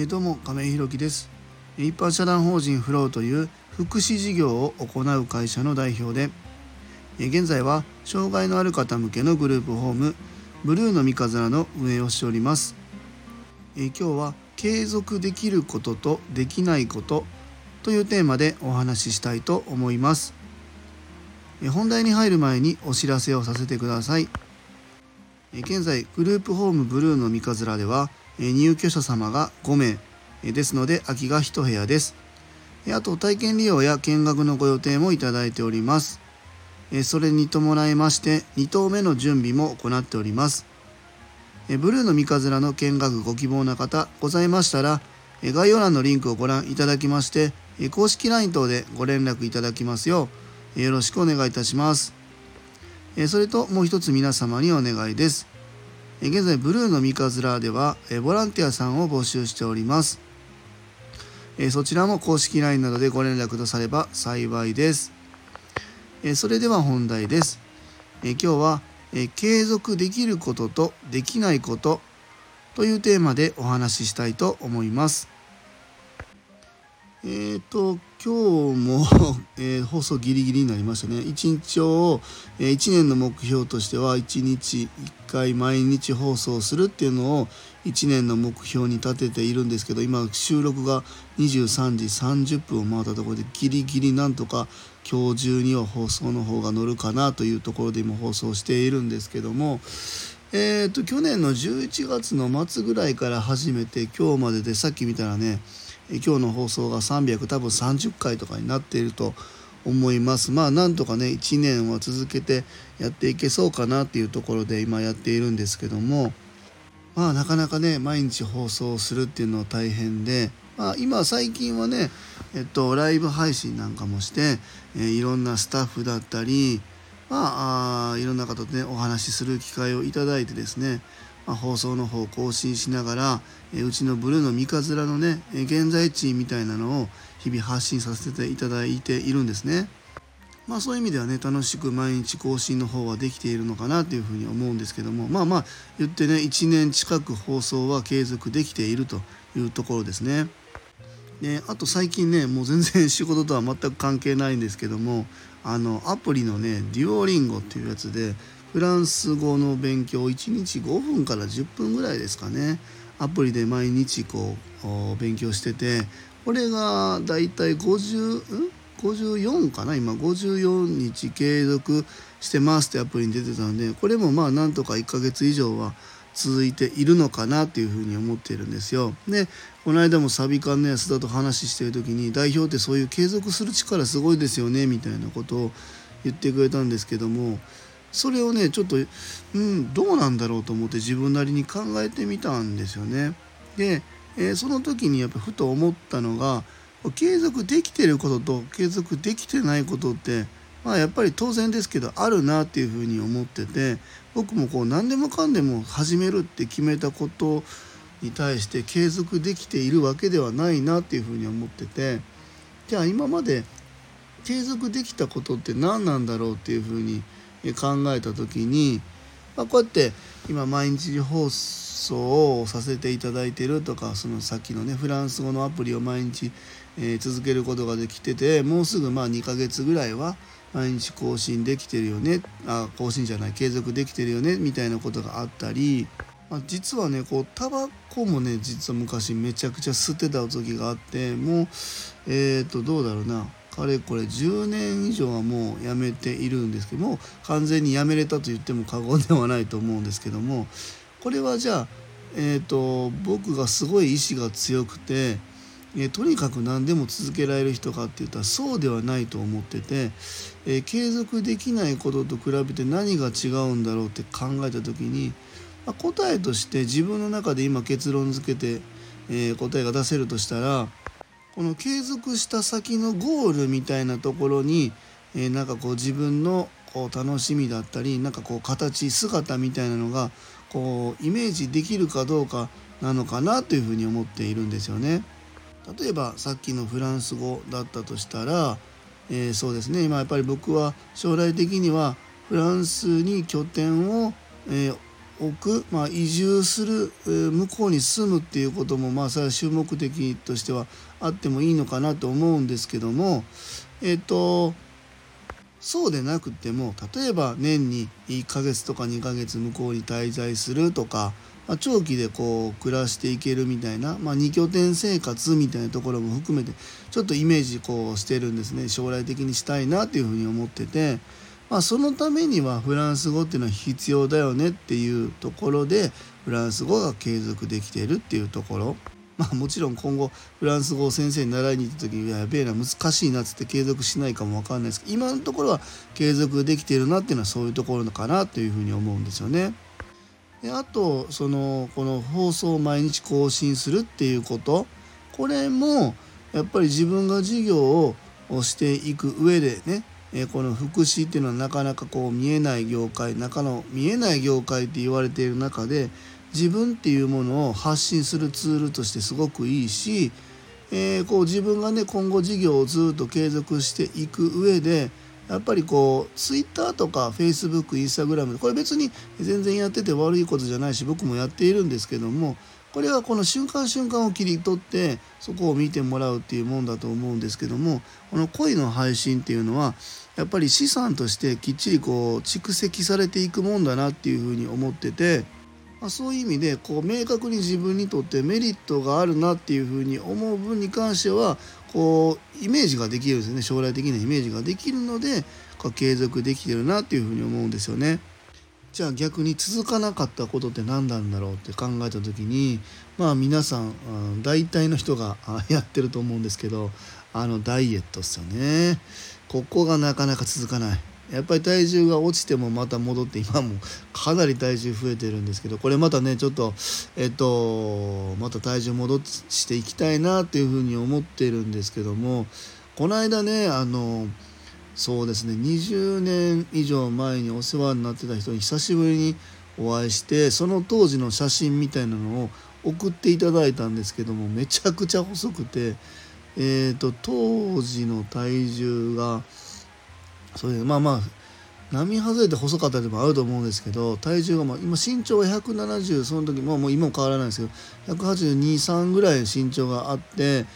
どうも亀井ひろきです。一般社団法人フローという福祉事業を行う会社の代表で、現在は障害のある方向けのグループホームブルーの三日面の運営をしております。今日は継続できることとできないことというテーマでお話ししたいと思います。本題に入る前にお知らせをさせてください。現在グループホームブルーの三日面では入居者様が5名ですので空きが1部屋です。あと体験利用や見学のご予定もいただいております。それに伴いまして2棟目の準備も行っております。ブルーの三日面の見学ご希望な方ございましたら、概要欄のリンクをご覧いただきまして、公式 LINE 等でご連絡いただきますようよろしくお願いいたします。それともう一つ皆様にお願いです。現在ブルーの三日面ではボランティアさんを募集しております。そちらも公式 LINE などでご連絡とされば幸いです。それでは本題です。今日は継続できることとできないことというテーマでお話ししたいと思います。今日も、放送ギリギリになりましたね。一日を、1年の目標としては1日1回毎日放送するっていうのを1年の目標に立てているんですけど、今収録が23時30分を回ったところでギリギリなんとか今日中には放送の方が乗るかなというところで今放送しているんですけども、去年の11月の末ぐらいから始めて今日まででさっき見たらね、今日の放送が多分30回とかになっていると思います。なんとかね1年は続けてやっていけそうかなっていうところで今やっているんですけども、なかなかね毎日放送するっていうのは大変で、今最近はねライブ配信なんかもして、いろんなスタッフだったりいろんな方とねお話しする機会をいただいてですね、放送の方を更新しながら、うちのブルーの三日面のね現在地みたいなのを日々発信させていただいているんですね。そういう意味ではね楽しく毎日更新の方はできているのかなというふうに思うんですけども、言ってね1年近く放送は継続できているというところですね。であと最近ねもう全然仕事とは全く関係ないんですけども、アプリのねデュオリンゴっていうやつでフランス語の勉強を1日5分から10分ぐらいですかね、アプリで毎日勉強してて、これがだいたい54かな、今54日継続してますってアプリに出てたんで、これもなんとか1ヶ月以上は続いているのかなっていうふうに思っているんですよ。でこの間もサビ館の安田と話している時に、代表ってそういう継続する力すごいですよねみたいなことを言ってくれたんですけども、それをねちょっとどうなんだろうと思って自分なりに考えてみたんですよね。で、その時にやっぱふと思ったのが、継続できてることと継続できてないことってやっぱり当然ですけどあるなっていうふうに思ってて、僕も何でもかんでも始めるって決めたことに対して継続できているわけではないなっていうふうに思ってて、じゃあ今まで継続できたことって何なんだろうっていうふうに考えた時に、こうやって今毎日放送をさせていただいているとか、そのさっきのねフランス語のアプリを毎日、続けることができてて、もうすぐ2ヶ月ぐらいは毎日更新できてるよね、継続できてるよねみたいなことがあったり、実はねタバコもね実は昔めちゃくちゃ吸ってた時があって、もうどうだろうな、かれこれ10年以上はもうやめているんですけども、完全にやめれたと言っても過言ではないと思うんですけども、これはじゃあ、僕がすごい意志が強くて、とにかく何でも続けられる人かって言ったらそうではないと思ってて、継続できないことと比べて何が違うんだろうって考えた時に、答えとして自分の中で今結論付けて、答えが出せるとしたら、この継続した先のゴールみたいなところに、自分の楽しみだったり形姿みたいなのがイメージできるかどうかなのかなというふうに思っているんですよね。例えばさっきのフランス語だったとしたら、そうですね、今やっぱり僕は将来的にはフランスに拠点を、 置く、移住する、向こうに住むっていうことも最終目的としてはあってもいいのかなと思うんですけども、そうでなくても例えば年に1ヶ月とか2ヶ月向こうに滞在するとか、長期で暮らしていけるみたいな、2拠点生活みたいなところも含めてちょっとイメージしてるんですね。将来的にしたいなっていうふうに思ってて、そのためにはフランス語っていうのは必要だよねっていうところでフランス語が継続できているっていうところ。もちろん今後フランス語を先生に習いに行った時にやべえな難しいなっつって継続しないかも分かんないですけど、今のところは継続できているなっていうのはそういうところかなというふうに思うんですよね。であとこの放送を毎日更新するっていうこと、これもやっぱり自分が授業をしていく上でね、この福祉っていうのはなかなか見えない業界、中の見えない業界って言われている中で自分っていうものを発信するツールとしてすごくいいし、自分がね今後事業をずっと継続していく上でやっぱりツイッターとかフェイスブック、インスタグラム、これ別に全然やってて悪いことじゃないし僕もやっているんですけども、これはこの瞬間瞬間を切り取ってそこを見てもらうっていうもんだと思うんですけども、この声の配信っていうのはやっぱり資産としてきっちり蓄積されていくもんだなっていうふうに思ってて、そういう意味で明確に自分にとってメリットがあるなっていうふうに思う分に関してはイメージができるんですよね。将来的なイメージができるので継続できてるなっていうふうに思うんですよね。じゃあ逆に続かなかったことって何なんだろうって考えた時に、皆さん大体の人がやってると思うんですけど、ダイエットですよね。ここがなかなか続かない。やっぱり体重が落ちてもまた戻って、今もかなり体重増えてるんですけど、これまたねちょっとまた体重戻していきたいなっていうふうに思ってるんですけども、この間ねそうですね20年以上前にお世話になってた人に久しぶりにお会いして、その当時の写真みたいなのを送っていただいたんですけども、めちゃくちゃ細くて、当時の体重がそれで並外れて細かったでもあると思うんですけど、体重が今身長は170、その時もう今も変わらないですけど182、3ぐらい身長があって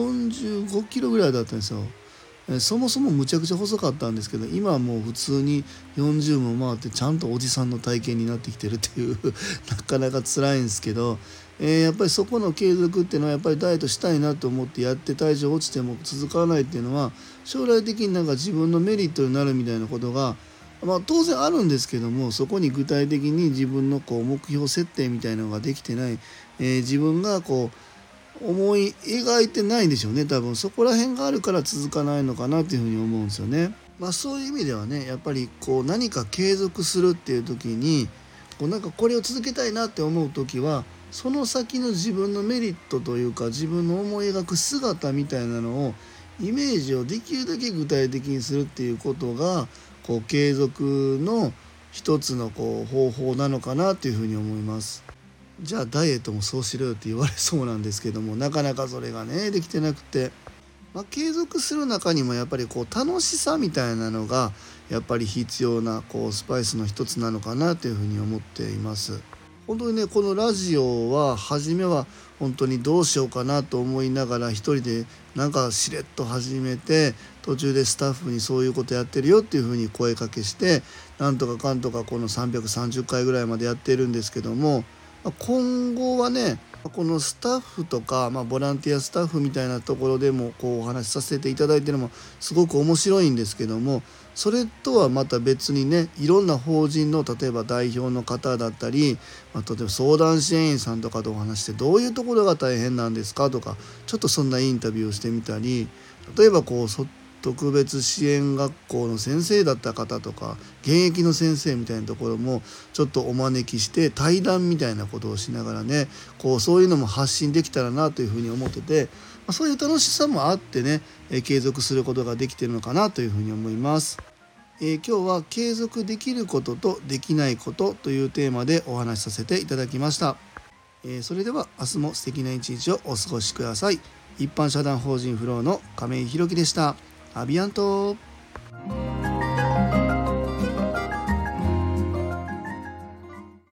45キロぐらいだったんですよ。そもそもむちゃくちゃ細かったんですけど、今はもう普通に40も回ってちゃんとおじさんの体型になってきてるっていうなかなか辛いんですけど、やっぱりそこの継続っていうのはやっぱりダイエットしたいなと思ってやって体重落ちても続かないっていうのは将来的に自分のメリットになるみたいなことが当然あるんですけども、そこに具体的に自分の目標設定みたいなのができてない、自分が思い描いてないんでしょうね。多分そこら辺があるから続かないのかなというふうに思うんですよね。そういう意味ではね、やっぱり何か継続するっていう時にこれを続けたいなって思う時はその先の自分のメリットというか自分の思い描く姿みたいなのをイメージをできるだけ具体的にするっていうことが継続の一つの方法なのかなというふうに思います。じゃあダイエットもそうしろよって言われそうなんですけども、なかなかそれがねできてなくて、継続する中にもやっぱり楽しさみたいなのがやっぱり必要なスパイスの一つなのかなというふうに思っています。本当にねこのラジオは初めは本当にどうしようかなと思いながら一人でしれっと始めて、途中でスタッフにそういうことやってるよっていうふうに声かけしてなんとかかんとかこの330回ぐらいまでやってるんですけども、今後はねこのスタッフとか、ボランティアスタッフみたいなところでもお話しさせていただいてるのもすごく面白いんですけども、それとはまた別にねいろんな法人の例えば代表の方だったり、例えば相談支援員さんとかとお話してどういうところが大変なんですかとか、ちょっとそんなインタビューをしてみたり、例えば特別支援学校の先生だった方とか現役の先生みたいなところもちょっとお招きして対談みたいなことをしながらねそういうのも発信できたらなというふうに思ってて、そういう楽しさもあってね継続することができているのかなというふうに思います。今日は継続できることとできないことというテーマでお話しさせていただきました。それでは明日も素敵な一日をお過ごしください。一般社団法人フローの亀井宏樹でした。アビアント。